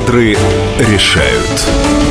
Кадры решают.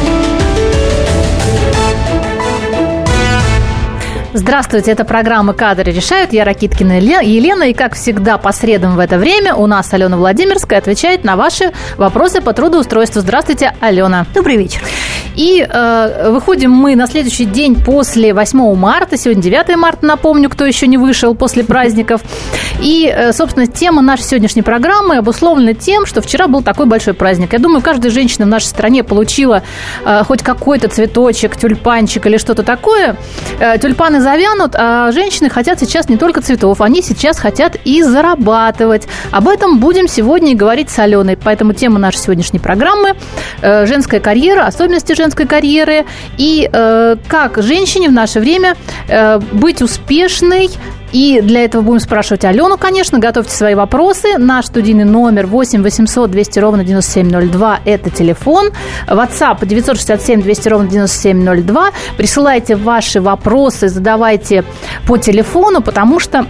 Здравствуйте, это программа «Кадры решают». Я Ракиткина Елена. И, как всегда, по средам в это время у нас Алена Владимирская отвечает на ваши вопросы по трудоустройству. Здравствуйте, Алена. Добрый вечер. И выходим мы на следующий день после 8 марта. Сегодня 9 марта, напомню, кто еще не вышел после праздников. И, собственно, тема нашей сегодняшней программы обусловлена тем, что вчера был такой большой праздник. Я думаю, каждая женщина в нашей стране получила хоть какой-то цветочек, тюльпанчик или что-то такое. Тюльпаны завянут, а женщины хотят сейчас не только цветов, они сейчас хотят и зарабатывать. Об этом будем сегодня и говорить с Аленой. Поэтому тема нашей сегодняшней программы – женская карьера, особенности женской карьеры и как женщине в наше время быть успешной. И для этого будем спрашивать Алену, конечно. Готовьте свои вопросы. Наш студийный номер 8 800 200 ровно 9702. Это телефон. WhatsApp 967 200 ровно 9702. Присылайте ваши вопросы, задавайте по телефону, потому что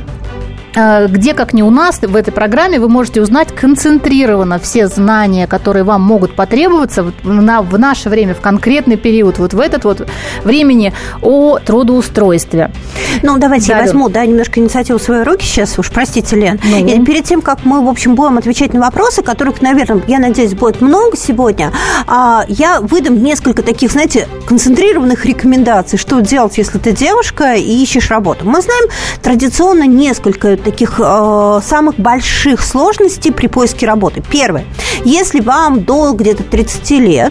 где, как не у нас, в этой программе вы можете узнать концентрированно все знания, которые вам могут потребоваться в наше время, в конкретный период, вот в этот вот времени о трудоустройстве. Ну, давайте я возьму, немножко инициативу в свои руки сейчас, уж простите, Лен. И перед тем, как мы, в общем, будем отвечать на вопросы, которых, наверное, я надеюсь, будет много сегодня, я выдам несколько таких, знаете, концентрированных рекомендаций, что делать, если ты девушка и ищешь работу. Мы знаем традиционно несколько таких самых больших сложностей при поиске работы. Первое. Если вам до где-то 30 лет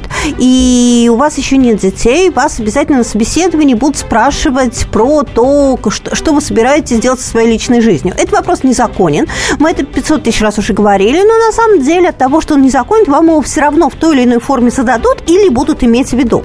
и у вас еще нет детей, вас обязательно на собеседовании будут спрашивать про то, что вы собираетесь делать со своей личной жизнью. Этот вопрос незаконен. Мы это 500 тысяч раз уже говорили, но на самом деле от того, что он незаконен, вам его все равно в той или иной форме зададут или будут иметь в виду.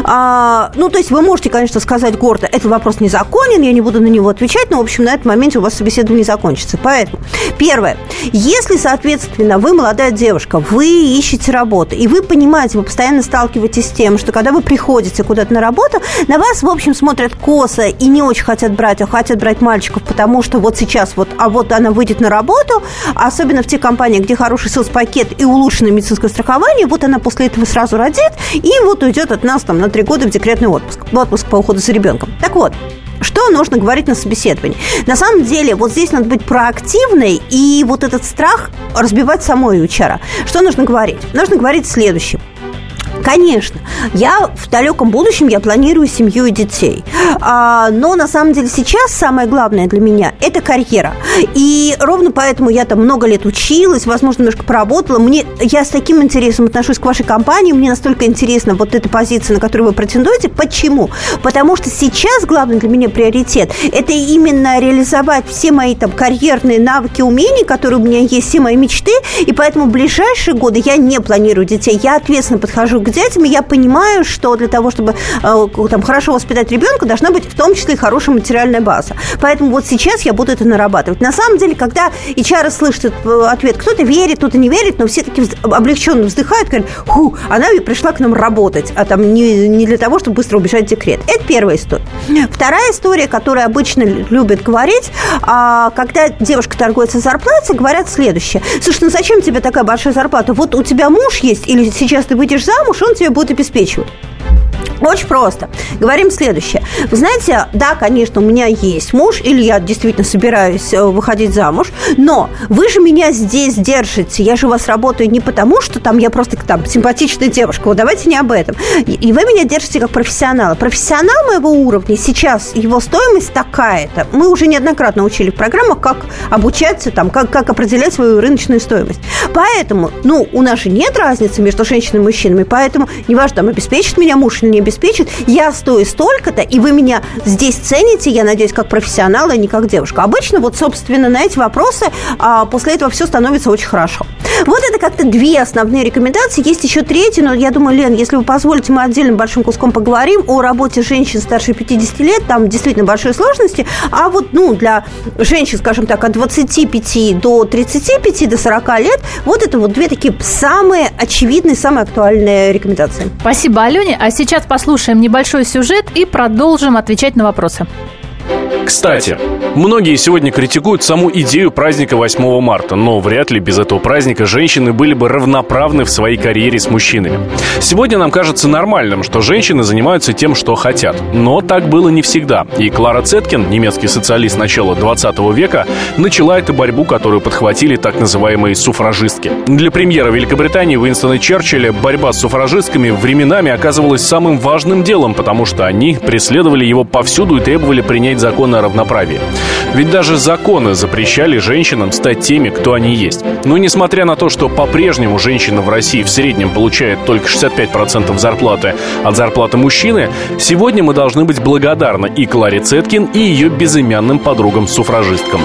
То есть вы можете, конечно, сказать гордо, этот вопрос незаконен, я не буду на него отвечать, но, в общем, на этом моменте у вас собеседование закончится. Поэтому, первое, если, соответственно, вы молодая девушка, вы ищете работу, и вы понимаете, вы постоянно сталкиваетесь с тем, что когда вы приходите куда-то на работу, на вас, в общем, смотрят косо и не очень хотят брать, а хотят брать мальчиков, потому что вот сейчас вот она выйдет на работу, особенно в тех компаниях, где хороший соцпакет и улучшенное медицинское страхование, вот она после этого сразу родит и вот уйдет от нас там на 3 года в декретный отпуск по уходу за ребенком. Так вот, что нужно говорить на собеседовании? На самом деле, вот здесь надо быть проактивной и вот этот страх разбивать самой HR. Что нужно говорить? Нужно говорить следующее. Конечно, в далеком будущем я планирую семью и детей. Но на самом деле сейчас самое главное для меня – это карьера. И ровно поэтому я там много лет училась, возможно, немножко поработала. Я с таким интересом отношусь к вашей компании. Мне настолько интересна вот эта позиция, на которую вы претендуете. Почему? Потому что сейчас главный для меня приоритет – это именно реализовать все мои там карьерные навыки, умения, которые у меня есть, все мои мечты. И поэтому в ближайшие годы я не планирую детей. Я ответственно подхожу к детям, и я понимаю, что для того, чтобы там хорошо воспитать ребенка, должна быть в том числе и хорошая материальная база. Поэтому вот сейчас я буду это нарабатывать. На самом деле, когда HR слышит этот ответ, кто-то верит, кто-то не верит, но все таки облегченно вздыхают, говорят, она пришла к нам работать, а там не для того, чтобы быстро убежать в декрет. Это первая история. Вторая история, которую обычно любят говорить, когда девушка торгуется зарплатой, говорят следующее. Слушай, зачем тебе такая большая зарплата? Вот у тебя муж есть, или сейчас ты выйдешь замуж, он тебя будет обеспечивать. Очень просто. Говорим следующее. Вы знаете, да, конечно, у меня есть муж, или я действительно собираюсь выходить замуж, но вы же меня здесь держите. Я же у вас работаю не потому, что там я просто там симпатичная девушка. Вот давайте не об этом. И вы меня держите как профессионала. Профессионал моего уровня сейчас, его стоимость такая-то. Мы уже неоднократно учили в программах, как обучаться, там, как определять свою рыночную стоимость. Поэтому, у нас же нет разницы между женщинами и мужчинами, поэтому неважно, там, обеспечит меня муж или не обеспечит, я стою столько-то, и вы меня здесь цените, я надеюсь, как профессионала, а не как девушка. Обычно, вот, собственно, на эти вопросы после этого все становится очень хорошо. Вот это как-то две основные рекомендации. Есть еще третья, но я думаю, Лен, если вы позволите, мы отдельным большим куском поговорим о работе женщин старше 50 лет. Там действительно большие сложности. А вот, для женщин, скажем так, от 25 до 35, до 40 лет, вот это вот две такие самые очевидные, самые актуальные рекомендации. Спасибо, Алене. А сейчас послушаем небольшой сюжет и продолжим отвечать на вопросы. Кстати, многие сегодня критикуют саму идею праздника 8 марта, но вряд ли без этого праздника женщины были бы равноправны в своей карьере с мужчинами. Сегодня нам кажется нормальным, что женщины занимаются тем, что хотят. Но так было не всегда. И Клара Цеткин, немецкий социалист начала 20 века, начала эту борьбу, которую подхватили так называемые суфражистки. Для премьера Великобритании Уинстона Черчилля борьба с суфражистками временами оказывалась самым важным делом, потому что они преследовали его повсюду и требовали принять законы о равноправии. Ведь даже законы запрещали женщинам стать теми, кто они есть. Но несмотря на то, что по-прежнему женщина в России в среднем получает только 65% зарплаты от зарплаты мужчины, сегодня мы должны быть благодарны и Кларе Цеткин, и ее безымянным подругам-суфражисткам.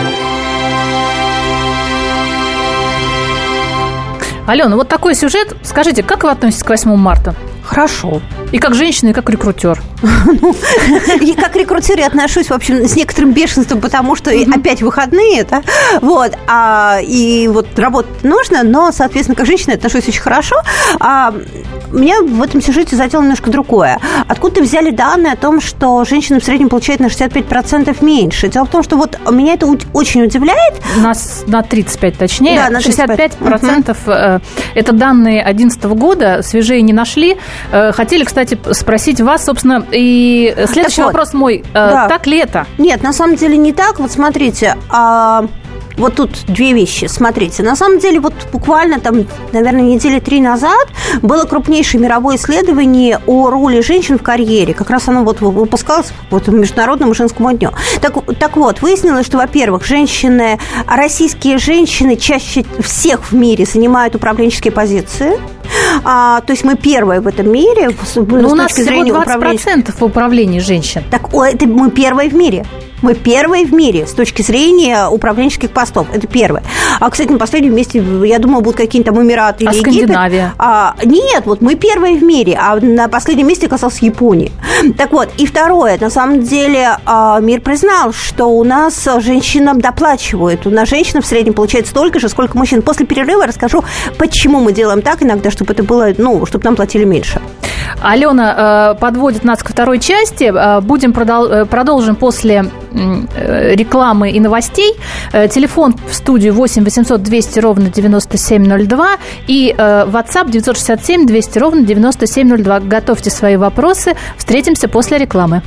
Алена, вот такой сюжет. Скажите, как вы относитесь к 8 марта? Хорошо. И как женщина, и как рекрутер. И как рекрутер я отношусь, в общем, с некоторым бешенством, потому что опять выходные, да, вот, и вот работать нужно, но, соответственно, как женщина я отношусь очень хорошо. Меня в этом сюжете задело немножко другое. Откуда взяли данные о том, что женщина в среднем получает на 65% меньше? Дело в том, что вот меня это очень удивляет. На 35 точнее. Да, на 65% это данные 2011 года, свежие не нашли. Хотели, кстати, спросить вас, собственно, и следующий вопрос мой. Да. Так ли это? Нет, на самом деле не так. Вот смотрите, вот тут две вещи. Смотрите, на самом деле вот буквально там, наверное, недели 3 назад было крупнейшее мировое исследование о роли женщин в карьере. Как раз оно вот выпускалось вот к Международному женскому дню. Так вот, выяснилось, что, во-первых, российские женщины чаще всех в мире занимают управленческие позиции. То есть мы первые в этом мире. Но у нас всего 20% в управлении женщин. Так это мы первые в мире. Мы первые в мире с точки зрения управленческих постов. Это первое. Кстати, на последнем месте, я думаю, будут какие-то там Эмираты или Египет. Скандинавия? Нет, вот мы первые в мире, а на последнем месте оказалась Япония. Так вот, и второе. На самом деле мир признал, что у нас женщинам доплачивают. У нас женщина в среднем получает столько же, сколько мужчин. После перерыва расскажу, почему мы делаем так иногда, чтобы это было, чтобы нам платили меньше. Алена подводит нас ко второй части. Продолжим после рекламы и новостей. Телефон в студию 8 800 200 ровно 9702 и WhatsApp 967 200 ровно 9702. Готовьте свои вопросы. Встретимся после рекламы.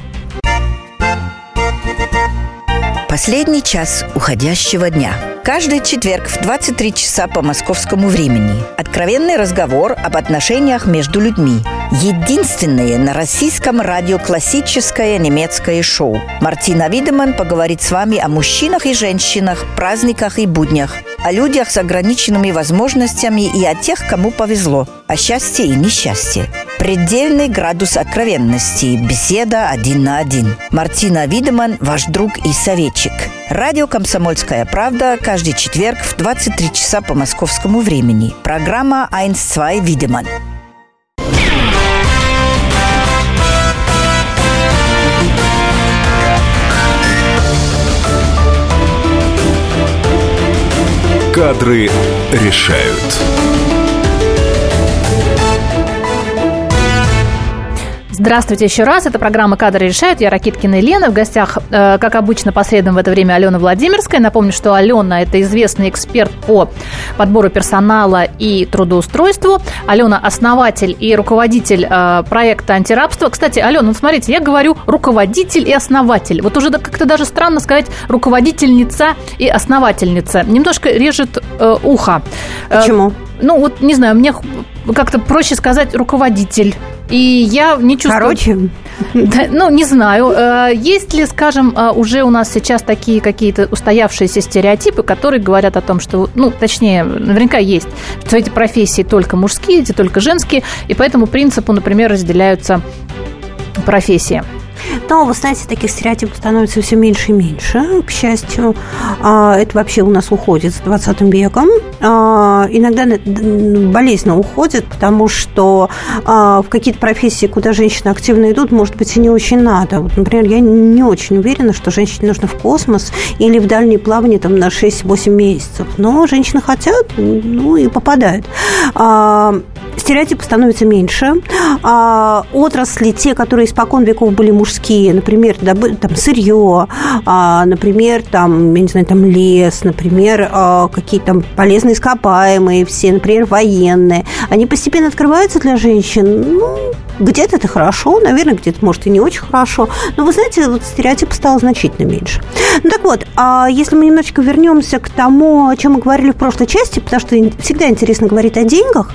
Последний час уходящего дня. Каждый четверг в 23 часа по московскому времени. Откровенный разговор об отношениях между людьми. Единственное на российском радио классическое немецкое шоу. Мартина Видеманн поговорит с вами о мужчинах и женщинах, праздниках и буднях, о людях с ограниченными возможностями и о тех, кому повезло, о счастье и несчастье. Предельный градус откровенности. Беседа 1 на 1. Мартина Видеманн, ваш друг и советчик. Радио «Комсомольская правда» каждый четверг в 23 часа по московскому времени. Программа 1-2 Видеманн. Кадры решают. Здравствуйте еще раз. Это программа «Кадры решают». Я Ракиткина Елена. В гостях, как обычно, по средам в это время Алена Владимирская. Напомню, что Алена – это известный эксперт по подбору персонала и трудоустройству. Алена – основатель и руководитель проекта «Антирабство». Кстати, Алена, вот смотрите, я говорю руководитель и основатель. Вот уже как-то даже странно сказать руководительница и основательница. Немножко режет ухо. Почему? Вот не знаю, мне как-то проще сказать руководитель. И я не чувствую... Короче? Да, не знаю. Есть ли, скажем, уже у нас сейчас такие какие-то устоявшиеся стереотипы, которые говорят о том, что, точнее, наверняка есть, что эти профессии только мужские, эти только женские, и по этому принципу, например, разделяются профессии. Но, вы знаете, таких стереотипов становится все меньше и меньше, к счастью. Это вообще у нас уходит с 20 веком. Иногда болезненно уходит, потому что в какие-то профессии, куда женщины активно идут, может быть, и не очень надо. Вот, например, я не очень уверена, что женщине нужно в космос или в дальние плавания там, на 6-8 месяцев. Но женщины хотят, и попадают. Стереотипы становятся меньше. Отрасли, те, которые испокон веков были мужские, какие, например, там сырье, например, там, я не знаю, там лес, например, какие-то там полезные ископаемые все, например, военные, они постепенно открываются для женщин. Где-то это хорошо, наверное, где-то, может, и не очень хорошо. Но, вы знаете, вот стереотипов стало значительно меньше. Так вот, если мы немножечко вернемся к тому, о чем мы говорили в прошлой части, потому что всегда интересно говорить о деньгах,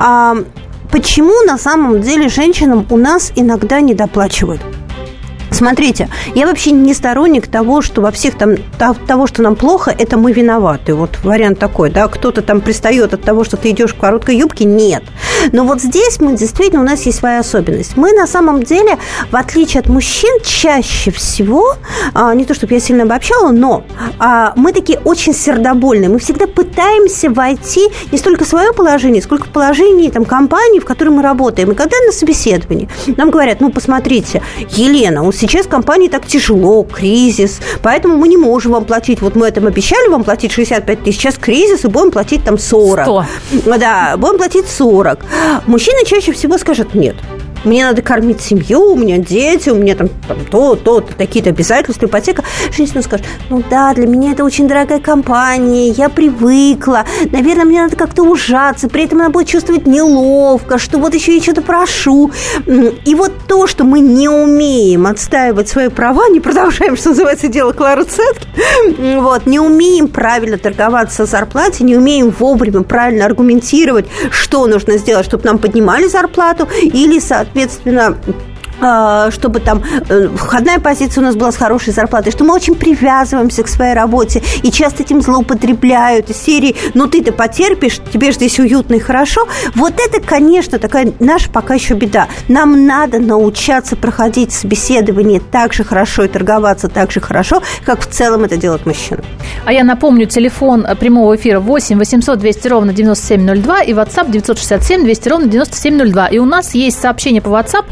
почему на самом деле женщинам у нас иногда недоплачивают? Смотрите, я вообще не сторонник того, что во всех там того, что нам плохо, это мы виноваты. Вот вариант такой, да, кто-то там пристает от того, что ты идешь в короткой юбке, нет. Но вот здесь мы действительно, у нас есть своя особенность. Мы на самом деле, в отличие от мужчин, чаще всего, не то чтобы я сильно обобщала, но мы такие очень сердобольные. Мы всегда пытаемся войти не столько в свое положение, сколько в положение там, компании, в которой мы работаем. И когда на собеседовании нам говорят, посмотрите, Елена, сейчас компании так тяжело, кризис, поэтому мы не можем вам платить. Вот мы этому обещали вам платить 65 тысяч, сейчас кризис, и будем платить там 40. 100. Да, будем платить 40. Мужчина чаще всего скажет нет. Мне надо кормить семью, у меня дети, у меня там то, такие-то обязательства, ипотека. Женщина скажет, да, для меня это очень дорогая компания, я привыкла, наверное, мне надо как-то ужаться, при этом она будет чувствовать неловко, что вот еще я что-то прошу. И вот то, что мы не умеем отстаивать свои права, не продолжаем, что называется, дело Клары Цеткин, вот, не умеем правильно торговаться о зарплате, не умеем вовремя правильно аргументировать, что нужно сделать, чтобы нам поднимали зарплату, или, соответственно, чтобы там входная позиция у нас была с хорошей зарплатой, что мы очень привязываемся к своей работе и часто этим злоупотребляют из серии ты-то потерпишь, тебе же здесь уютно и хорошо. Вот это, конечно, такая наша пока еще беда. Нам надо научаться проходить собеседование так же хорошо и торговаться так же хорошо, как в целом это делают мужчины. А я напомню, телефон прямого эфира 8 800 200 ровно 9702 и WhatsApp 967 200 ровно 9702. И у нас есть сообщение по WhatsApp.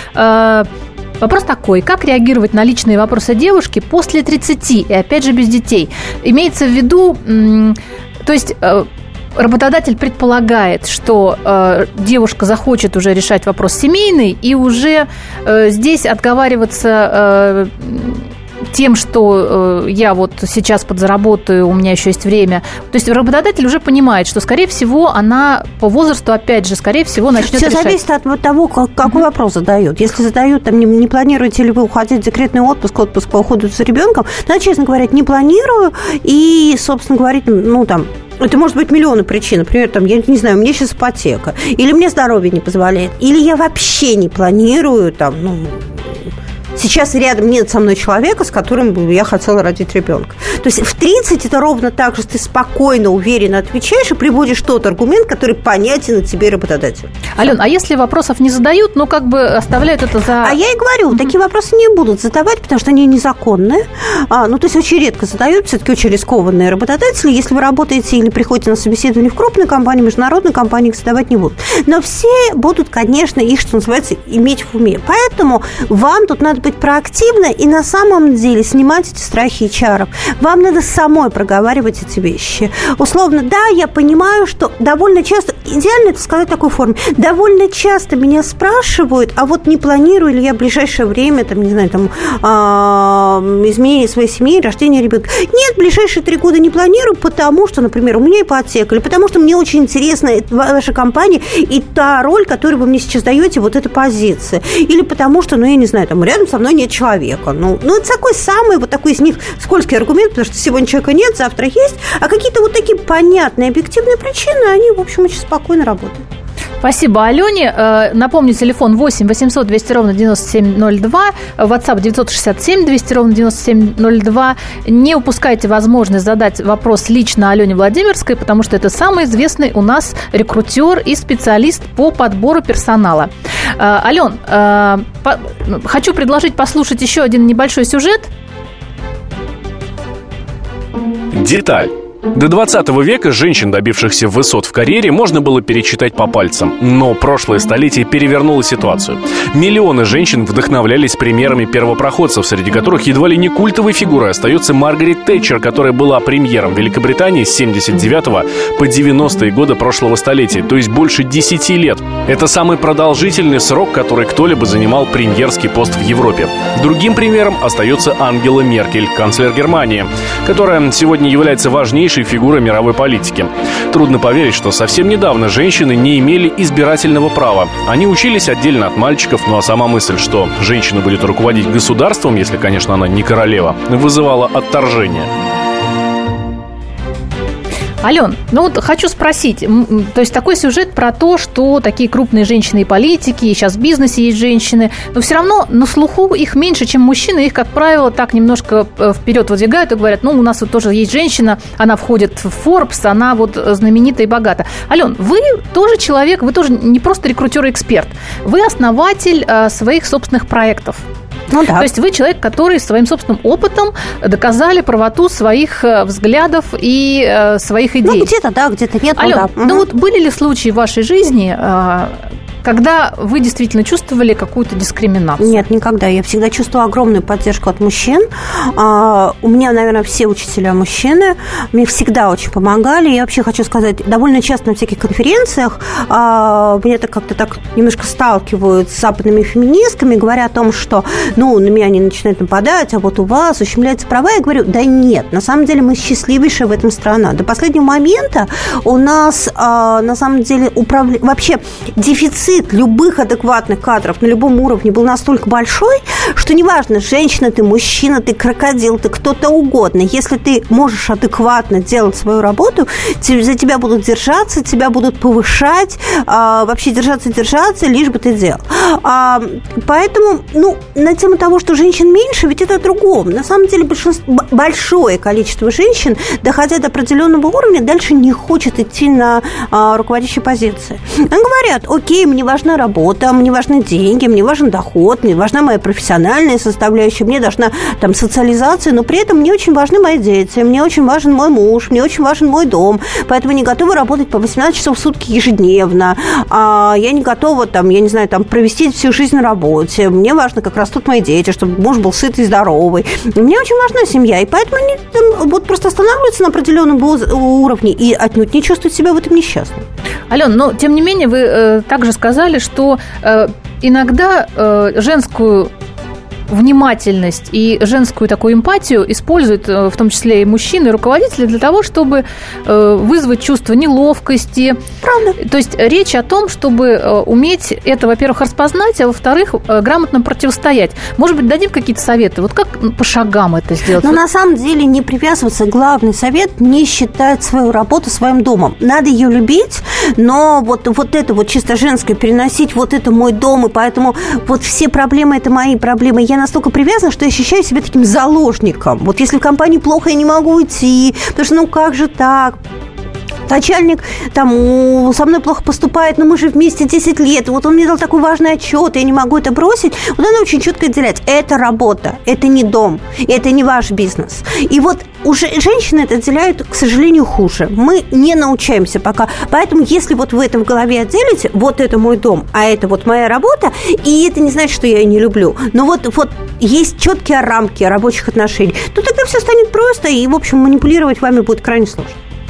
Вопрос такой: как реагировать на личные вопросы девушки после 30 и, опять же, без детей? Имеется в виду, то есть работодатель предполагает, что девушка захочет уже решать вопрос семейный, и уже здесь отговариваться тем, что я вот сейчас подзаработаю, у меня еще есть время. То есть работодатель уже понимает, что, скорее всего, она по возрасту, опять же, скорее всего, начнет решать. Все зависит от того, какой вопрос задают. Если задают, там, не планируете ли вы уходить в декретный отпуск по уходу за ребенком, то, честно говоря, не планирую. И, собственно говоря, это может быть миллионы причин. Например, я не знаю, у меня сейчас ипотека, или мне здоровье не позволяет, или я вообще не планирую сейчас рядом нет со мной человека, с которым я хотела родить ребенка. То есть в 30 это ровно так же ты спокойно, уверенно отвечаешь и приводишь тот аргумент, который понятен тебе работодателю. Ален, а если вопросов не задают, оставляют это за... А я и говорю, такие вопросы не будут задавать, потому что они незаконные. То есть очень редко задают, все-таки очень рискованные работодатели. Если вы работаете или приходите на собеседование в крупной компании, международной компании, их задавать не будут. Но все будут, конечно, их, что называется, иметь в уме. Поэтому вам тут надо быть проактивно и на самом деле снимать эти страхи и чаров. Вам надо самой проговаривать эти вещи. Условно, да, я понимаю, что довольно часто, идеально это сказать в такой форме, довольно часто меня спрашивают, а вот не планирую ли я в ближайшее время, изменение своей семьи, рождение ребенка. Нет, в ближайшие 3 года не планирую, потому что, например, у меня ипотека, или потому что мне очень интересна ваша компания и та роль, которую вы мне сейчас даете, вот эта позиция. Или потому что, я не знаю, рядом со мной нет человека. Это такой самый, вот такой из них скользкий аргумент, потому что сегодня человека нет, завтра есть, а какие-то вот такие понятные, объективные причины, они, в общем, очень спокойно работают. Спасибо, Алене. Напомню, телефон 8 800 200 ровно 9702, WhatsApp 967 200 ровно 9702. Не упускайте возможность задать вопрос лично Алене Владимирской, потому что это самый известный у нас рекрутер и специалист по подбору персонала. Ален, хочу предложить послушать еще один небольшой сюжет. Деталь. До 20 века женщин, добившихся высот в карьере, можно было пересчитать по пальцам. Но прошлое столетие перевернуло ситуацию. Миллионы женщин вдохновлялись примерами первопроходцев, среди которых едва ли не культовой фигурой остается Маргарет Тэтчер, которая была премьером Великобритании с 79 по 90-е годы прошлого столетия, то есть больше 10 лет. Это самый продолжительный срок, который кто-либо занимал премьерский пост в Европе. Другим примером остается Ангела Меркель, канцлер Германии, которая сегодня является важнейшей фигурой мировой политики. Трудно поверить, что совсем недавно женщины не имели избирательного права. Они учились отдельно от мальчиков, ну а сама мысль, что женщина будет руководить государством, если, конечно, она не королева, вызывала отторжение. Ален, ну вот хочу спросить, то есть такой сюжет про то, что такие крупные женщины и политики, и сейчас в бизнесе есть женщины, но все равно на слуху их меньше, чем мужчины, их, как правило, так немножко вперед выдвигают и говорят, ну, у нас вот тоже есть женщина, она входит в Forbes, она вот знаменита и богата. Ален, вы тоже человек, вы тоже не просто рекрутер и эксперт, вы основатель своих собственных проектов. Ну, да. То есть вы человек, который своим собственным опытом доказали правоту своих взглядов и своих идей. Ну, где-то да, где-то нет. Ален, да. Ну вот были ли случаи в вашей жизни, когда вы действительно чувствовали какую-то дискриминацию? Нет, никогда. Я всегда чувствовала огромную поддержку от мужчин. У меня, наверное, все учителя мужчины. Мне всегда очень помогали. Я вообще хочу сказать, довольно часто на всяких конференциях меня так как-то так немножко сталкивают с западными феминистками, говоря о том, что, ну, на меня они начинают нападать, а вот у вас ущемляются права. Я говорю, да нет, на самом деле мы счастливейшая в этом страна. До последнего момента у нас, на самом деле, вообще дефицит любых адекватных кадров на любом уровне был настолько большой, что неважно, женщина ты, мужчина ты, крокодил ты, кто-то угодно, если ты можешь адекватно делать свою работу, за тебя будут держаться, тебя будут повышать, вообще держаться, лишь бы ты делал. Поэтому, ну, на тему того, что женщин меньше, ведь это о другом. На самом деле большое количество женщин, доходя до определенного уровня, дальше не хочет идти на руководящие позиции. Они говорят, окей, мне важна работа, мне важны деньги, мне важен доход, мне важна моя профессиональная составляющая, мне должна там социализация, но при этом мне очень важны мои дети, мне очень важен мой муж, мне очень важен мой дом, поэтому я не готова работать по 18 часов в сутки ежедневно, я не готова там, я не знаю, там провести всю жизнь на работе, мне важно, как растут мои дети, чтобы муж был сытый и здоровый, мне очень важна семья, и поэтому они там, вот просто останавливаются на определенном уровне и отнюдь не чувствуют себя в этом несчастным. Ален, но тем не менее вы также сказали, что иногда женскую внимательность и женскую такую эмпатию используют, в том числе и мужчины, и руководители, для того, чтобы вызвать чувство неловкости. Правда. То есть речь о том, чтобы уметь это, во-первых, распознать, а во-вторых, грамотно противостоять. Может быть, дадим какие-то советы? Вот как по шагам это сделать? Но на самом деле не привязываться. Главный совет – не считать свою работу своим домом. Надо ее любить, но вот это вот чисто женское переносить, вот это мой дом, и поэтому вот все проблемы – это мои проблемы. Я настолько привязана, что я ощущаю себя таким заложником. Вот если в компании плохо, я не могу уйти, потому что ну как же так? Начальник там со мной плохо поступает, но мы же вместе 10 лет, вот он мне дал такой важный отчет, я не могу это бросить. Вот надо очень четко отделять. Это работа, это не дом, это не ваш бизнес. И вот уже женщины это отделяют, к сожалению, хуже. Мы не научаемся пока. Поэтому если вот вы это в голове отделите, вот это мой дом, а это вот моя работа, и это не значит, что я ее не люблю, но вот есть четкие рамки рабочих отношений, то тогда все станет просто, и, в общем, манипулировать вами будет крайне сложно.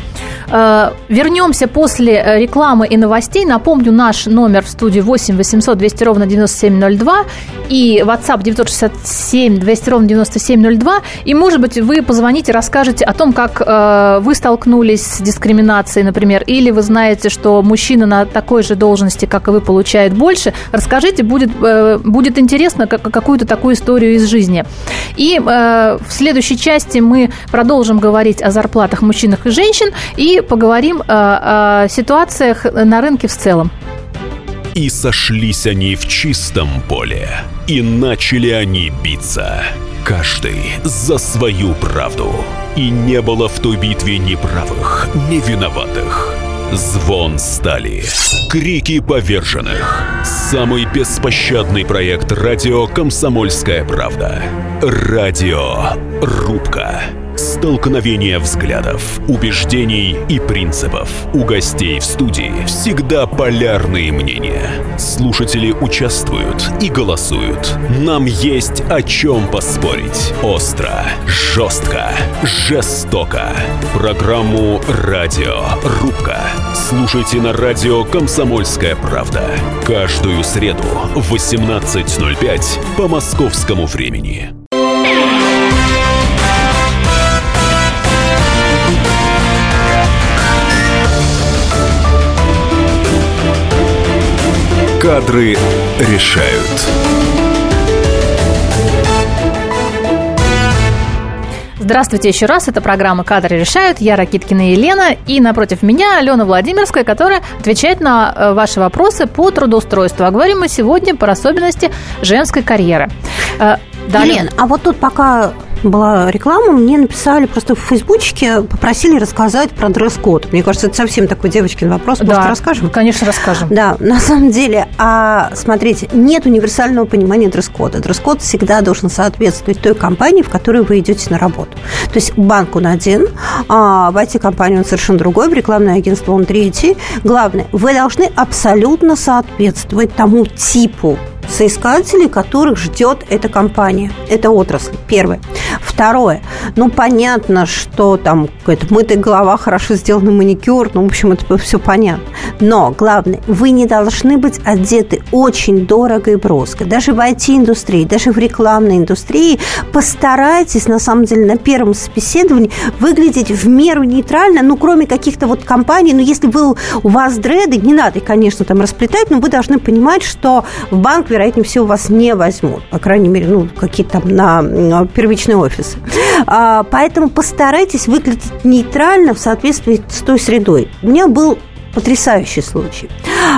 Вернемся после рекламы и новостей. Напомню, наш номер в студии 8 800 200 ровно 9702 и WhatsApp 967 200 ровно 9702. И, может быть, вы позвоните, расскажете о том, как вы столкнулись с дискриминацией, например, или вы знаете, что мужчина на такой же должности, как и вы, получает больше. Расскажите, будет интересно какую-то такую историю из жизни. И в следующей части мы продолжим говорить о зарплатах мужчин и женщин и поговорим о ситуациях на рынке в целом. И сошлись они в чистом поле, и начали они биться, каждый за свою правду. И не было в той битве ни правых, ни виноватых. Звон стали, крики поверженных. Самый беспощадный проект радио «Комсомольская правда». Радио «Рубка». Столкновение взглядов, убеждений и принципов. У гостей в студии всегда полярные мнения. Слушатели участвуют и голосуют. Нам есть о чем поспорить. Остро, жестко, жестоко. Программу «Радио Рубка» слушайте на радио «Комсомольская правда». Каждую среду в 18:05 по московскому времени. Кадры решают. Здравствуйте еще раз. Это программа «Кадры решают». Я Ракиткина Елена. И напротив меня Алена Владимирская, которая отвечает на ваши вопросы по трудоустройству. А говорим мы сегодня про особенности женской карьеры. Елена, а вот тут пока была реклама, мне написали просто в фейсбучке, попросили рассказать про дресс-код. Мне кажется, это совсем такой девочкин вопрос. Да, просто расскажем? Конечно, расскажем. Да, на самом деле, смотрите, нет универсального понимания дресс-кода. Дресс-код всегда должен соответствовать той компании, в которую вы идете на работу. То есть банк он один, в IT-компании он совершенно другой, в рекламное агентство он третий. Главное, вы должны абсолютно соответствовать тому типу соискателей, которых ждет эта компания, эта отрасль. Первое. Второе. Понятно, что там какая-то мытая голова, хорошо сделанный маникюр, в общем, это все понятно. Но главное, вы не должны быть одеты очень дорого и броско. Даже в IT-индустрии, даже в рекламной индустрии постарайтесь, на самом деле, на первом собеседовании выглядеть в меру нейтрально, кроме каких-то компаний, если у вас дреды, не надо их, конечно, там расплетать, но вы должны понимать, что в банк, вероятнее всего, вас не возьмут, по крайней мере, какие-то там на первичные офисы. Поэтому постарайтесь выглядеть нейтрально в соответствии с той средой. У меня был потрясающий случай.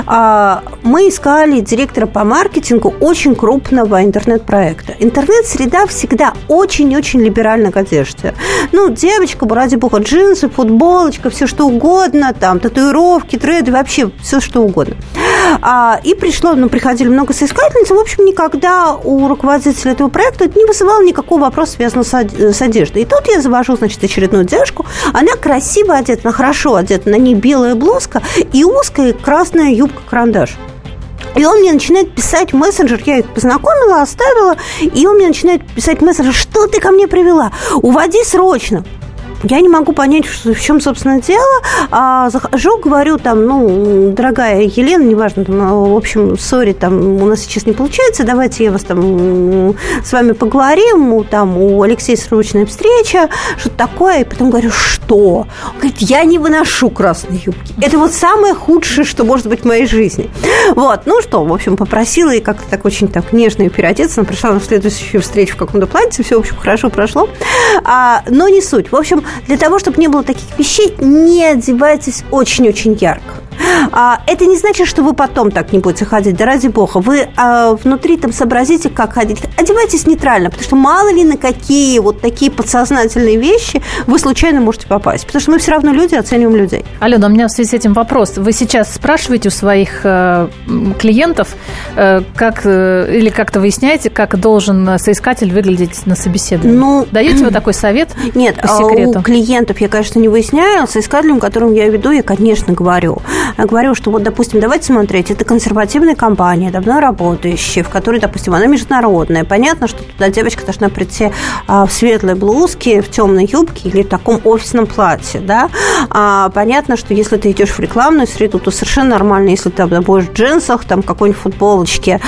Мы искали директора по маркетингу очень крупного интернет-проекта. Интернет-среда всегда очень-очень либеральна к одежде. Девочка, ради бога, джинсы, футболочка, все что угодно, там, татуировки, треды, вообще все что угодно. И приходили много соискательниц, в общем, никогда у руководителя этого проекта это не вызывало никакого вопроса, связанного с одеждой. И тут я завожу, очередную девушку, она красиво одета, она хорошо одета, на ней белая блузка и узкая красная юбка-карандаш. И он мне начинает писать в мессенджер, я их познакомила, оставила, и он мне начинает писать в мессенджер: что ты ко мне привела? Уводи срочно. Я не могу понять, в чем, собственно, дело. Захожу, говорю, дорогая Елена, неважно, в общем, сори, у нас сейчас не получается, давайте я вас с вами поговорим, у Алексея срочная встреча, что-то такое. И потом говорю: что? Он говорит: я не выношу красные юбки. Это самое худшее, что может быть в моей жизни. В общем, попросила и как-то так очень нежно ее переодеться. Она пришла на следующую встречу в каком-то платье, все, в общем, хорошо прошло. Но не суть. В общем, для того, чтобы не было таких вещей, не одевайтесь очень-очень ярко. Это не значит, что вы потом так не будете ходить, да ради бога. Вы внутри сообразите, как ходить. Одевайтесь нейтрально, потому что мало ли на какие такие подсознательные вещи вы случайно можете попасть. Потому что мы все равно люди, оцениваем людей. Алена, у меня в связи с этим вопрос. Вы сейчас спрашиваете у своих клиентов, или как-то выясняете, как должен соискатель выглядеть на собеседовании? Даете вы такой совет? Нет, по секрету? У клиентов я, конечно, не выясняю. Соискателям, которым я веду, я, конечно, говорю. Я говорю, что допустим, давайте смотреть, это консервативная компания, давно работающая, в которой, допустим, она международная. Понятно, что туда девочка должна прийти в светлой блузке, в темной юбке или в таком офисном платье, да. Понятно, что если ты идешь в рекламную среду, то совершенно нормально, если ты будешь в джинсах, какой-нибудь футболочке.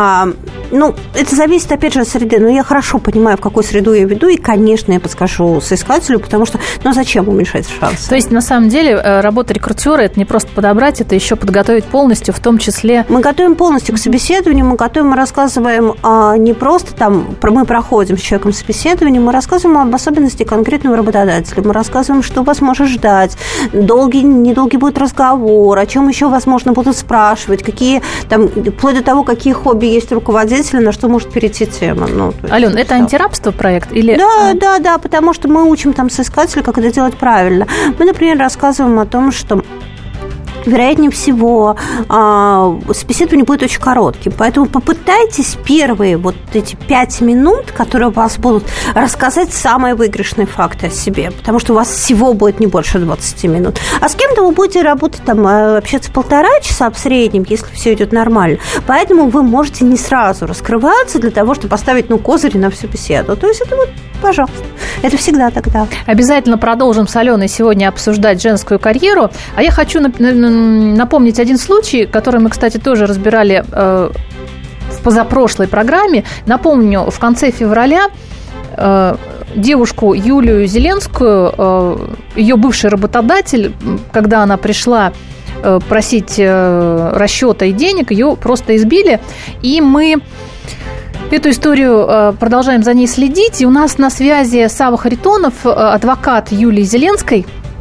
Это зависит, опять же, от среды. Но я хорошо понимаю, в какую среду я веду, и, конечно, я подскажу соискателю, потому что, зачем уменьшать шансы? То есть, на самом деле, работа рекрутера – это не просто подобрать, это еще подготовить полностью, в том числе... Мы готовим полностью к собеседованию, мы рассказываем не просто мы проходим с человеком собеседование, мы рассказываем об особенности конкретного работодателя, мы рассказываем, что вас может ждать, долгий, недолгий будет разговор, о чем еще, возможно, будут спрашивать, какие, вплоть до того, какие хобби есть у руководителя, на что может перейти тема. Ален, это антирабство проект? Или... Да, потому что мы учим соискателя, как это делать правильно. Мы, например, рассказываем о том, что вероятнее всего, собеседование будет очень коротким. Поэтому попытайтесь первые вот эти 5 минут, которые у вас будут, рассказать самые выигрышные факты о себе, потому что у вас всего будет не больше 20 минут. А с кем-то вы будете работать, там, общаться 1,5 часа в среднем, если все идет нормально. Поэтому вы можете не сразу раскрываться для того, чтобы поставить, козыри на всю беседу. То есть это вот, пожалуйста, это всегда тогда. Обязательно продолжим с Аленой сегодня обсуждать женскую карьеру. А я хочу напомнить один случай, который мы, кстати, тоже разбирали в позапрошлой программе. Напомню, в конце февраля девушку Юлию Зеленскую, ее бывший работодатель, когда она пришла просить расчета и денег, ее просто избили. И мы эту историю продолжаем за ней следить. И у нас на связи Сава Харитонов, адвокат Юлии Зеленской.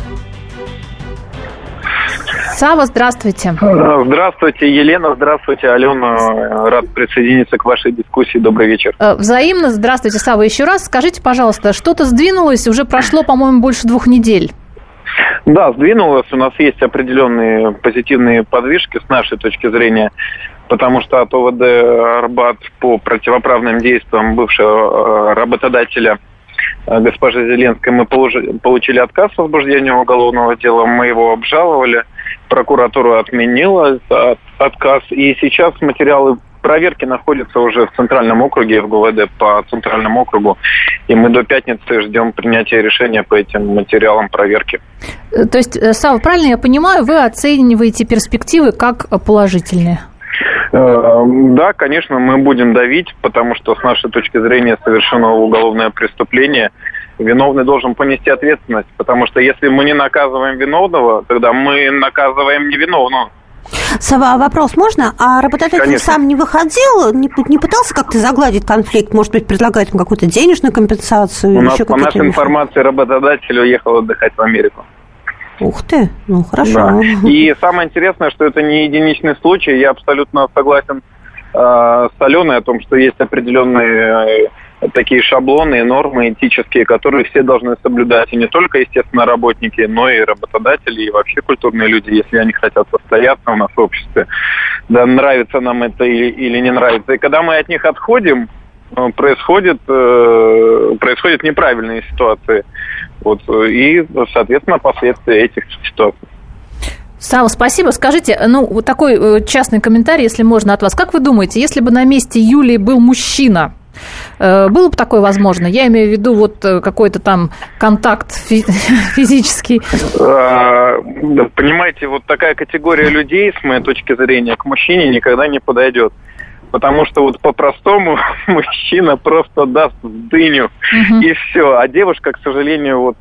Сава, здравствуйте. Здравствуйте, Елена. Здравствуйте, Алена. Рад присоединиться к вашей дискуссии. Добрый вечер. Взаимно. Здравствуйте, Сава. Еще раз скажите, пожалуйста, что-то сдвинулось? Уже прошло, по-моему, больше 2 недель. Да, сдвинулось. У нас есть определенные позитивные подвижки с нашей точки зрения, потому что от ОВД Арбат по противоправным действиям бывшего работодателя госпожи Зеленской мы получили отказ в возбуждении уголовного дела, мы его обжаловали, прокуратура отменила отказ, и сейчас материалы проверки находятся уже в Центральном округе, в ГУВД по Центральному округу, и мы до пятницы ждем принятия решения по этим материалам проверки. То есть, Сава, правильно я понимаю, вы оцениваете перспективы как положительные? Да, конечно, мы будем давить, потому что с нашей точки зрения совершено уголовное преступление. Виновный должен понести ответственность, потому что если мы не наказываем виновного, тогда мы наказываем невиновного. Сава, вопрос можно? А работодатель Конечно. Сам не выходил, не пытался как-то загладить конфликт, может быть, предлагать им какую-то денежную компенсацию? У нас, по нашей информации, работодатель уехал отдыхать в Америку. Ух ты, хорошо. Да. И самое интересное, что это не единичный случай. Я абсолютно согласен с Аленой о том, что есть определенные такие шаблоны и нормы этические, которые все должны соблюдать. И не только, естественно, работники, но и работодатели, и вообще культурные люди, если они хотят состояться у нас в обществе. Да, нравится нам это или не нравится. И когда мы от них отходим, происходят неправильные ситуации. Вот, и, соответственно, последствия этих ситуаций. Сава, спасибо. Скажите, вот такой частный комментарий, если можно, от вас. Как вы думаете, если бы на месте Юлии был мужчина, было бы такое возможно? Я имею в виду вот какой-то там контакт физический. Понимаете, вот такая категория людей, с моей точки зрения, к мужчине никогда не подойдет. Потому что вот по-простому мужчина просто даст в дыню, и все. А девушка, к сожалению, вот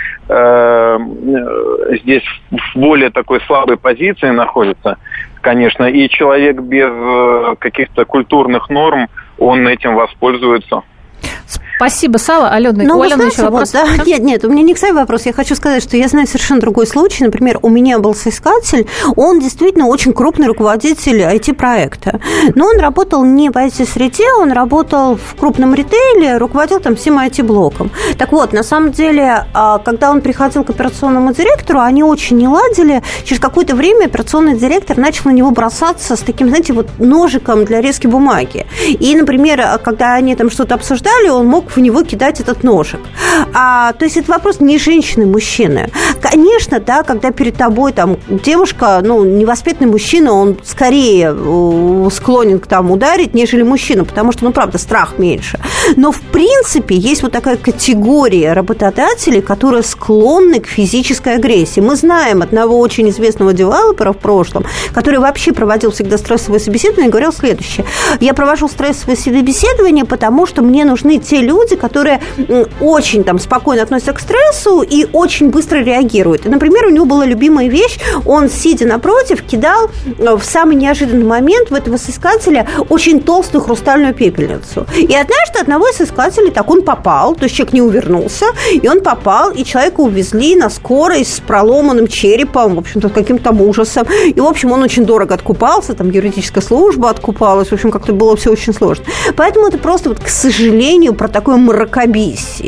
здесь в более такой слабой позиции находится, конечно. И человек без каких-то культурных норм, он этим воспользуется. Спасибо, Сава. Алена, у Алены еще вопрос? Да? Нет, у меня не к Саве вопрос. Я хочу сказать, что я знаю совершенно другой случай. Например, у меня был соискатель, он действительно очень крупный руководитель IT-проекта. Но он работал не в IT-среде, он работал в крупном ритейле, руководил там всем IT-блоком. Так вот, на самом деле, когда он приходил к операционному директору, они очень не ладили. Через какое-то время операционный директор начал на него бросаться с таким, знаете, вот ножиком для резки бумаги. И, например, когда они там что-то обсуждали, он мог в него кидать этот ножик. То есть это вопрос не женщины, мужчины. Конечно, да, когда перед тобой там девушка, невоспитанный мужчина, он скорее склонен к тому ударить, нежели мужчина, потому что, правда, страх меньше. Но, в принципе, есть вот такая категория работодателей, которые склонны к физической агрессии. Мы знаем одного очень известного девелопера в прошлом, который вообще проводил всегда стрессовые собеседования, и говорил следующее. Я провожу стрессовые собеседования, потому что мне нужны те люди, которые очень там спокойно относятся к стрессу и очень быстро реагируют. И, например, у него была любимая вещь, он, сидя напротив, кидал в самый неожиданный момент в этого соискателя очень толстую хрустальную пепельницу. И однажды одного из соискателей так он попал, то есть человек не увернулся, и он попал, и человека увезли на скорой с проломанным черепом, в общем-то, каким-то ужасом. И, в общем, он очень дорого откупался, там юридическая служба откупалась, в общем, как-то было все очень сложно. Поэтому это просто, вот, к сожалению, про такое мракобесие.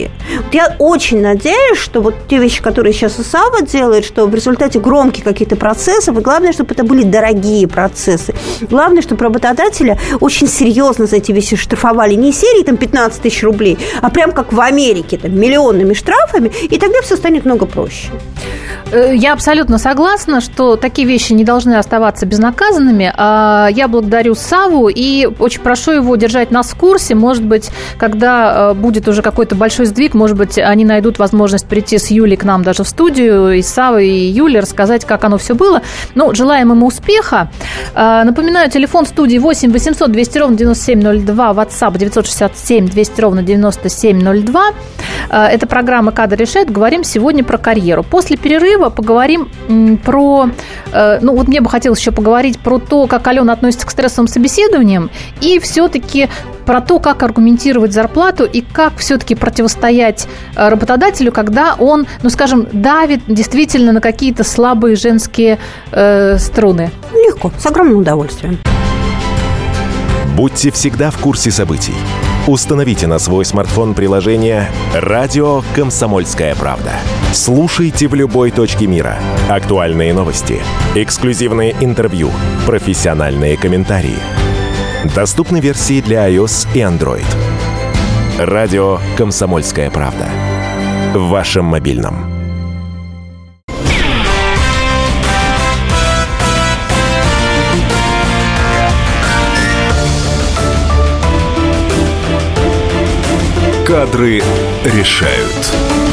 Я очень надеюсь, что вот те вещи, которые сейчас ИСАВА делает, что в результате громких каких-то процессов, и главное, чтобы это были дорогие процессы. Главное, чтобы работодатели очень серьезно за эти вещи штрафовали. Не серии там 15 тысяч рублей, а прям как в Америке, там, миллионными штрафами, и тогда все станет много проще. Я абсолютно согласна, что такие вещи не должны оставаться безнаказанными. Я благодарю САВу и очень прошу его держать нас в курсе. Может быть, когда будет уже какой-то большой сдвиг, может быть, они найдут возможность прийти с Юлей к нам даже в студию, и САВа, и Юлей, рассказать, как оно все было. Ну, желаем ему успеха. Напоминаю, телефон студии 8 800 200 ровно 9702, WhatsApp 967 200 ровно 9702. Это программа «Кадры решают». Говорим сегодня про карьеру. После перерыва поговорим про... Ну, вот мне бы хотелось еще поговорить про то, как Алена относится к стрессовым собеседованиям, и все-таки про то, как аргументировать зарплату и как все-таки противостоять работодателю, когда он, ну, скажем, давит действительно на какие-то слабые женские струны. Легко, с огромным удовольствием. Будьте всегда в курсе событий. Установите на свой смартфон приложение «Радио Комсомольская правда». Слушайте в любой точке мира. Актуальные новости, эксклюзивные интервью, профессиональные комментарии. Доступны версии для iOS и Android. «Радио Комсомольская правда». В вашем мобильном. Кадры решают.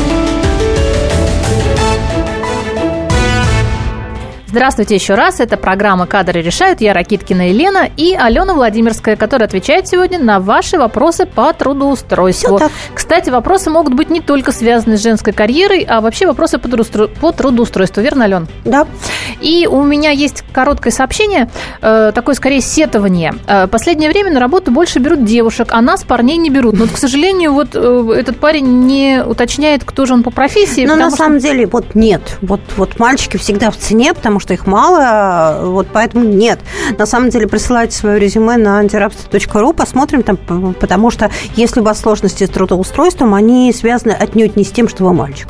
Здравствуйте еще раз. Это программа «Кадры решают». Я Ракиткина Елена и Алена Владимирская, которая отвечает сегодня на ваши вопросы по трудоустройству. Кстати, вопросы могут быть не только связаны с женской карьерой, а вообще вопросы по трудоустройству. Верно, Ален? Да. И у меня есть короткое сообщение, такое скорее сетование. Последнее время на работу больше берут девушек, а нас, парней, не берут. Но, к сожалению, вот этот парень не уточняет, кто же он по профессии. Но на самом деле вот нет. Вот мальчики всегда в цене, потому что их мало, вот поэтому нет. На самом деле присылайте свое резюме на антирабство.ру, посмотрим там, потому что если у вас сложности с трудоустройством, они связаны отнюдь не с тем, что вы мальчик.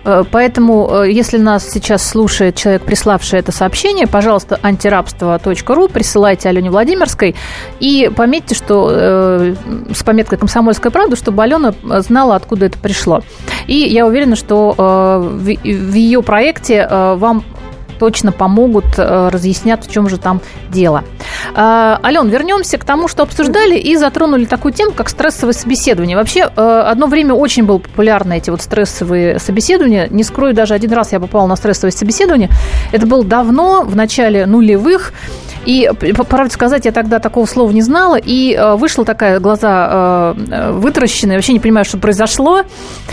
Поэтому, если нас сейчас слушает человек, приславший это сообщение, пожалуйста, антирабство.ру, присылайте Алене Владимирской и пометьте, что с пометкой «Комсомольская правда», чтобы Алена знала, откуда это пришло. И я уверена, что в ее проекте вам точно помогут, разъяснят, в чем же там дело. Ален, вернемся к тому, что обсуждали, и затронули такую тему, как стрессовое собеседование. Вообще, одно время очень было популярно эти вот стрессовые собеседования. Не скрою, даже один раз я попала на стрессовое собеседование. Это было давно, в начале нулевых. И, по правде сказать, я тогда такого слова не знала. И вышла такая, глаза вытаращенные, вообще не понимаю, что произошло.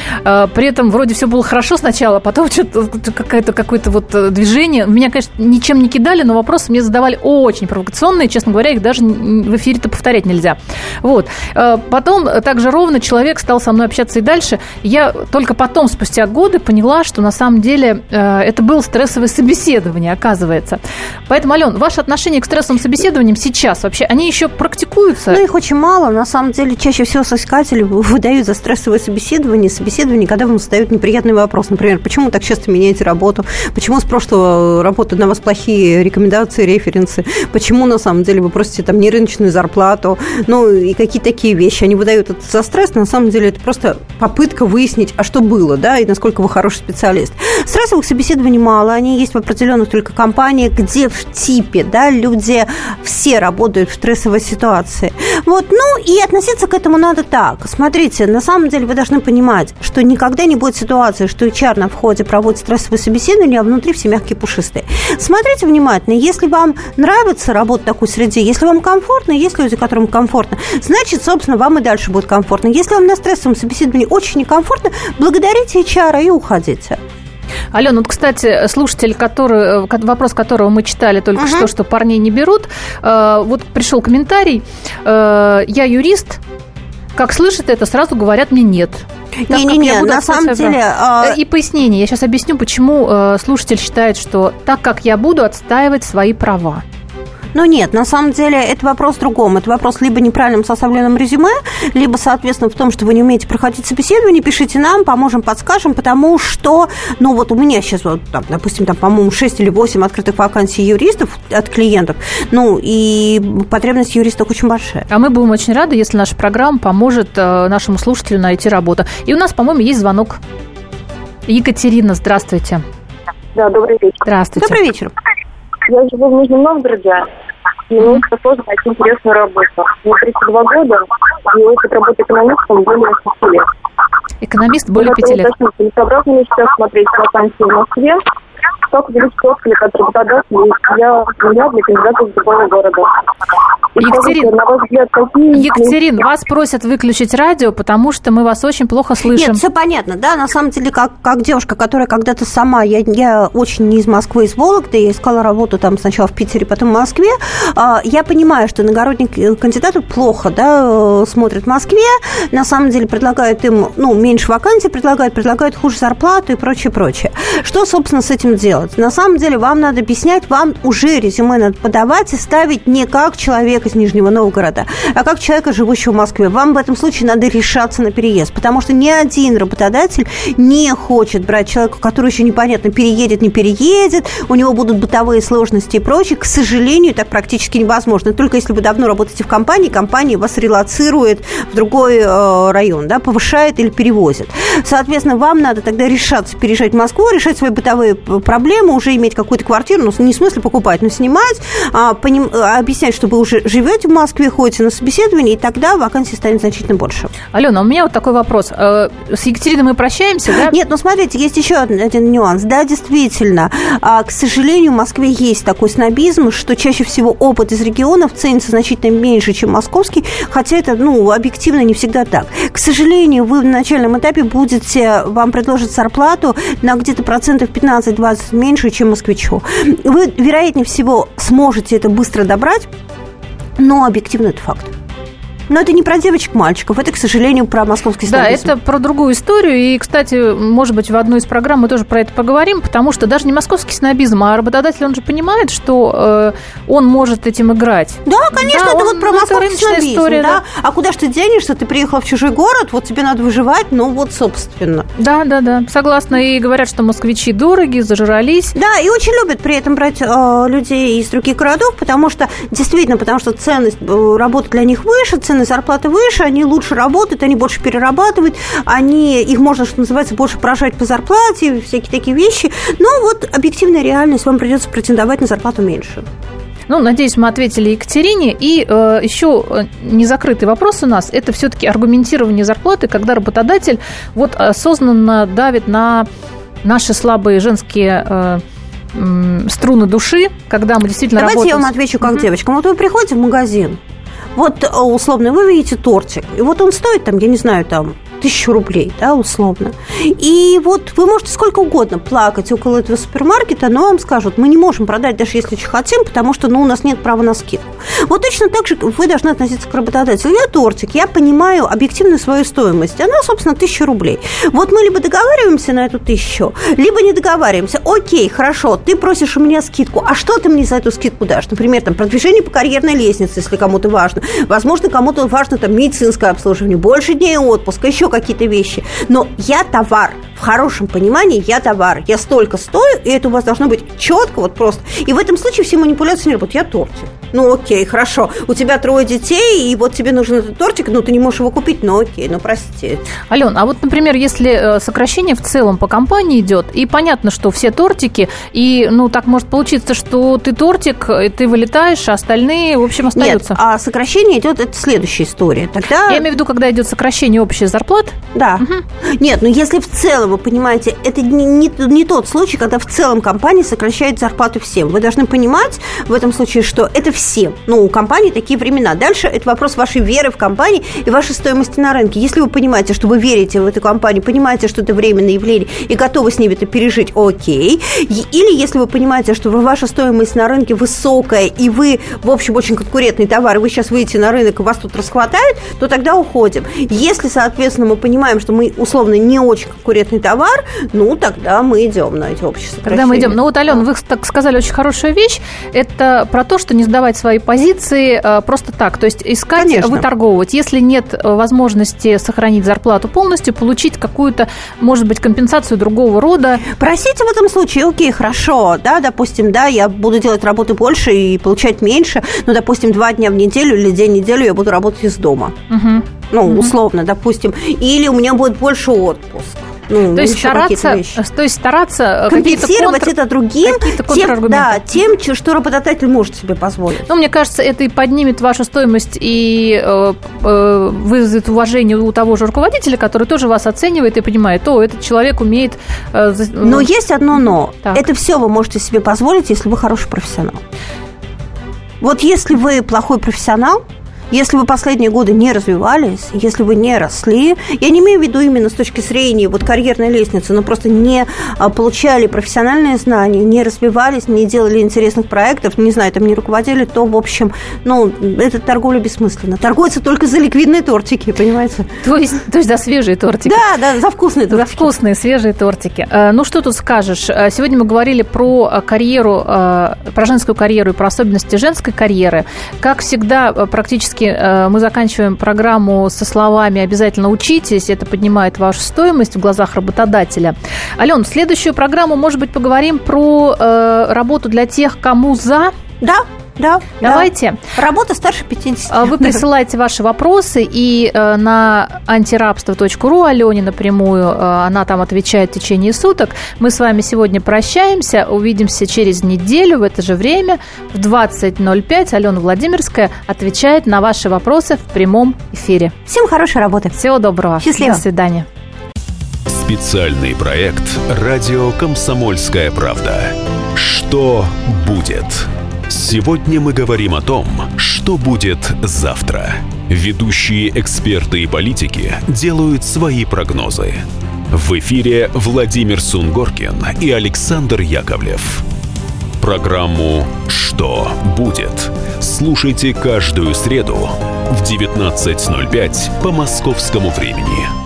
При этом вроде все было хорошо сначала, а потом что-то какое-то вот движение. Меня, конечно, ничем не кидали, но вопросы мне задавали очень провокационные. Честно говоря, их даже в эфире-то повторять нельзя. Вот. Потом также ровно человек стал со мной общаться и дальше. Я только потом, спустя годы, поняла, что на самом деле это было стрессовое собеседование, оказывается. Поэтому, Ален, ваше отношение к стрессовым собеседованиям сейчас вообще, они еще практикуются? Ну, их очень мало. На самом деле, чаще всего соискатели выдают за стрессовое собеседование, когда вам задают неприятный вопрос. Например, почему вы так часто меняете работу? Почему с прошлого работы на вас плохие рекомендации, референсы? Почему, на самом деле, вы просите там нерыночную зарплату? Ну, и какие такие вещи. Они выдают это за стресс. На самом деле, это просто попытка выяснить, а что было, да, и насколько вы хороший специалист. Стрессовых собеседований мало. Они есть в определенных только компаниях, где в типе, да, люди все работают в стрессовой ситуации. Вот, ну, и относиться к этому надо так. Смотрите, на самом деле вы должны понимать, что никогда не будет ситуации, что HR на входе проводит стрессовое собеседование, а внутри все мягкие пушистые. Смотрите внимательно. Если вам нравится работать в такой среде, если вам комфортно, есть люди, которым комфортно, значит, собственно, вам и дальше будет комфортно. Если вам на стрессовом собеседовании очень некомфортно, благодарите HR и уходите. Алена, вот, кстати, слушатель, вопрос которого мы читали только что парней не берут, вот пришел комментарий, я юрист, как слышат это, сразу говорят мне нет. Не-не-не, на самом деле... И пояснение, я сейчас объясню, почему слушатель считает, что так как я буду отстаивать свои права. Ну нет, на самом деле это вопрос в другом. Это вопрос либо неправильным составленным резюме, либо, соответственно, в том, что вы не умеете проходить собеседование, пишите нам, поможем, подскажем, потому что, ну вот у меня сейчас, вот, там, допустим, там, по-моему, 6 или 8 открытых вакансий юристов от клиентов, ну и потребность юристов очень большая. А мы будем очень рады, если наша программа поможет нашему слушателю найти работу. И у нас, по-моему, есть звонок. Екатерина, здравствуйте. Да, добрый вечер. Здравствуйте. Добрый вечер. Я живу в Нижнем Новгороде, и мне очень сложно найти интересную работу. Мне 32 года, и опыт работы экономистом более 6 лет. Экономист более 5 лет. Целесообразно мне сейчас смотреть вакансии в Москве, как увеличить отклик от работодателей для меня, для кандидатов из другого города. Екатерин, вас просят выключить радио, потому что мы вас очень плохо слышим. Нет, все понятно, да, на самом деле, как девушка, которая когда-то сама, я очень не из Москвы, из Вологды, я искала работу там сначала в Питере, потом в Москве, я понимаю, что иногородние кандидаты плохо, да, смотрят в Москве, на самом деле предлагают им, ну, меньше вакансий, предлагают хуже зарплату и прочее. Что, собственно, с этим делать? На самом деле, вам надо объяснять, вам уже резюме надо подавать и ставить не как человек из Нижнего Новгорода, а как человека, живущего в Москве. Вам в этом случае надо решаться на переезд, потому что ни один работодатель не хочет брать человека, который еще непонятно, переедет, не переедет, у него будут бытовые сложности и прочее. К сожалению, так практически невозможно. Только если вы давно работаете в компании, компания вас релоцирует в другой район, да, повышает или перевозит. Соответственно, вам надо тогда решаться переезжать в Москву, решать свои бытовые проблемы, уже иметь какую-то квартиру, ну, не в смысле покупать, но снимать, объяснять, что вы уже живете в Москве, ходите на собеседование, и тогда вакансий станет значительно больше. Алена, у меня вот такой вопрос. С Екатериной мы прощаемся, да? Нет, ну смотрите, есть еще один нюанс. Да, действительно, к сожалению, в Москве есть такой снобизм, что чаще всего опыт из регионов ценится значительно меньше, чем московский, хотя это, ну, объективно не всегда так. К сожалению, вы на начальном этапе вам предложат зарплату на где-то 15-20% меньше, чем москвичу. Вы, вероятнее всего, сможете это быстро добрать, но объективно это факт. Но это не про девочек-мальчиков, это, к сожалению, про московский снобизм. Да, это про другую историю. И, кстати, может быть, в одной из программ мы тоже про это поговорим, потому что даже не московский снобизм, а работодатель, он же понимает, что он может этим играть. Да, конечно, да, это вот про московский снобизм. История, да. А куда ж ты денешься? Ты приехала в чужой город, вот тебе надо выживать, ну вот, собственно. Да, согласна. И говорят, что москвичи дороги, зажрались. Да, и очень любят при этом брать людей из других городов, потому что, действительно, ценность работы для них выше, ценность зарплаты выше, они лучше работают, они больше перерабатывают, их можно, что называется, больше прожать по зарплате, всякие такие вещи. Но вот объективная реальность, вам придется претендовать на зарплату меньше. Ну, надеюсь, мы ответили Екатерине. И еще незакрытый вопрос у нас – это все-таки аргументирование зарплаты, когда работодатель вот осознанно давит на наши слабые женские струны души, когда мы действительно работаем. Давайте я вам отвечу как девочкам. Вот вы приходите в магазин, вот, условно, вы видите тортик, и вот он стоит, там, я не знаю, там, 1000 рублей, да, условно. И вот вы можете сколько угодно плакать около этого супермаркета, но вам скажут, мы не можем продать, даже если очень хотим, потому что, у нас нет права на скидку. Вот точно так же вы должны относиться к работодателю. Я тортик, я понимаю объективную свою стоимость. Она, собственно, 1000 рублей. Вот мы либо договариваемся на эту 1000, либо не договариваемся. Окей, хорошо, ты просишь у меня скидку. А что ты мне за эту скидку дашь? Например, там, продвижение по карьерной лестнице, если кому-то важно. Возможно, кому-то важно там медицинское обслуживание, больше дней отпуска, еще какие-то вещи. Но я товар. В хорошем понимании я товар. Я столько стою, и это у вас должно быть четко, вот просто. И в этом случае все манипуляции не работают. Я тортик. Ну, окей, хорошо. У тебя 3 детей, и вот тебе нужен этот тортик, ты не можешь его купить, окей, прости. Ален, а вот, например, если сокращение в целом по компании идет, и понятно, что все тортики, и, так может получиться, что ты тортик, и ты вылетаешь, а остальные, в общем, остаются. Нет, а сокращение идет, это следующая история. Тогда... Я имею в виду, когда идет сокращение общей зарплаты. Да. Угу. Нет, если в целом, вы понимаете, это не тот случай, когда в целом компания сокращает зарплату всем. Вы должны понимать в этом случае, что это всем. У компании такие времена. Дальше это вопрос вашей веры в компании и вашей стоимости на рынке. Если вы понимаете, что вы верите в эту компанию, понимаете, что это временное явление и готовы с ними это пережить, окей. Или если вы понимаете, что ваша стоимость на рынке высокая, и вы, в общем, очень конкурентный товар, и вы сейчас выйдете на рынок, и вас тут расхватают, то тогда уходим. Если, соответственно, мы понимаем, что мы, условно, не очень конкурентный конкретный товар, тогда мы идем на эти общие сокращения. Тогда мы идем. Алена, вы так сказали очень хорошую вещь. Это про то, что не сдавать свои позиции просто так. То есть искать, Конечно. выторговывать. Если нет возможности сохранить зарплату полностью, получить какую-то, может быть, компенсацию другого рода. Просите в этом случае, окей, хорошо, да, допустим, да, я буду делать работы больше и получать меньше, допустим, 2 дня в неделю или день в неделю я буду работать из дома. Условно, допустим. Или у меня будет больше отпуск. То есть стараться компенсировать это другим, тем, что работодатель может себе позволить. Мне кажется, это и поднимет вашу стоимость и вызовет уважение у того же руководителя, который тоже вас оценивает и понимает, этот человек умеет... Но есть одно но. Так. Это все вы можете себе позволить, если вы хороший профессионал. Вот если вы плохой профессионал, если вы последние годы не развивались, если вы не росли, я не имею в виду именно с точки зрения карьерной лестницы, но просто не получали профессиональные знания, не развивались, не делали интересных проектов, не руководили, то, в общем, эта торговля бессмысленна. Торгуется только за ликвидные тортики, понимаете? То есть за свежие тортики. Да, за вкусные тортики. За вкусные, свежие тортики. Что тут скажешь? Сегодня мы говорили про карьеру, про женскую карьеру и про особенности женской карьеры. Как всегда, практически мы заканчиваем программу со словами «обязательно учитесь», это поднимает вашу стоимость в глазах работодателя. Ален, в следующую программу, может быть, поговорим про работу для тех, кому за... Да. Давайте. Да. Работа старше 50. Вы присылаете ваши вопросы и на антирабство.ру Алене напрямую. Она там отвечает в течение суток. Мы с вами сегодня прощаемся. Увидимся через неделю в это же время в 20:05. Алена Владимирская отвечает на ваши вопросы в прямом эфире. Всем хорошей работы. Всего доброго. Счастливо. До свидания. Специальный проект «Радио Комсомольская правда». Что будет? Сегодня мы говорим о том, что будет завтра. Ведущие эксперты и политики делают свои прогнозы. В эфире Владимир Сунгоркин и Александр Яковлев. Программу «Что будет?» слушайте каждую среду в 19:05 по московскому времени.